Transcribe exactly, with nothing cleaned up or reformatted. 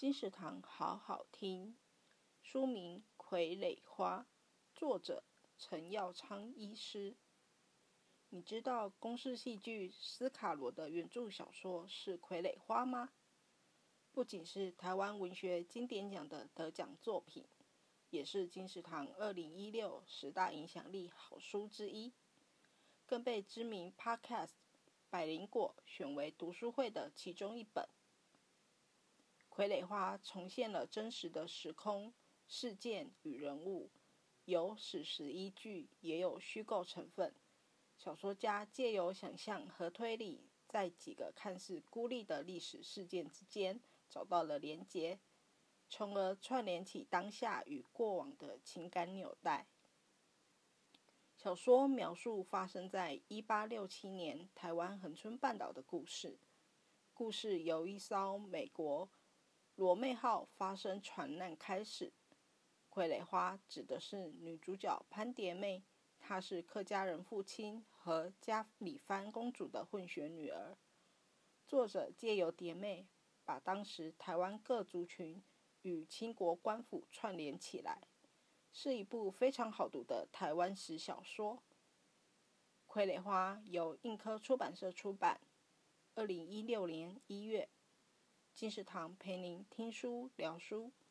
金石堂好好听，书名《傀儡花》，作者陈耀昌医师。你知道公视戏剧斯卡罗的原著小说是《傀儡花》吗？不仅是台湾文学经典奖的得奖作品，也是金石堂二零一六十大影响力好书之一，更被知名 Podcast 百灵果选为读书会的其中一本。傀儡花重现了真实的时空、事件与人物，有史实依据，也有虚构成分。小说家借由想象和推理，在几个看似孤立的历史事件之间找到了连结，从而串联起当下与过往的情感纽带。小说描述发生在一八六七年台湾恒春半岛的故事。故事由一艘美国罗妹号发生船难开始。傀儡花指的是女主角潘蝶妹，她是客家人父亲和加里藩公主的混血女儿。作者借由蝶妹，把当时台湾各族群与清国官府串联起来，是一部非常好读的台湾史小说。傀儡花由印科出版社出版，二零一六年一月。金石堂陪您听书聊书。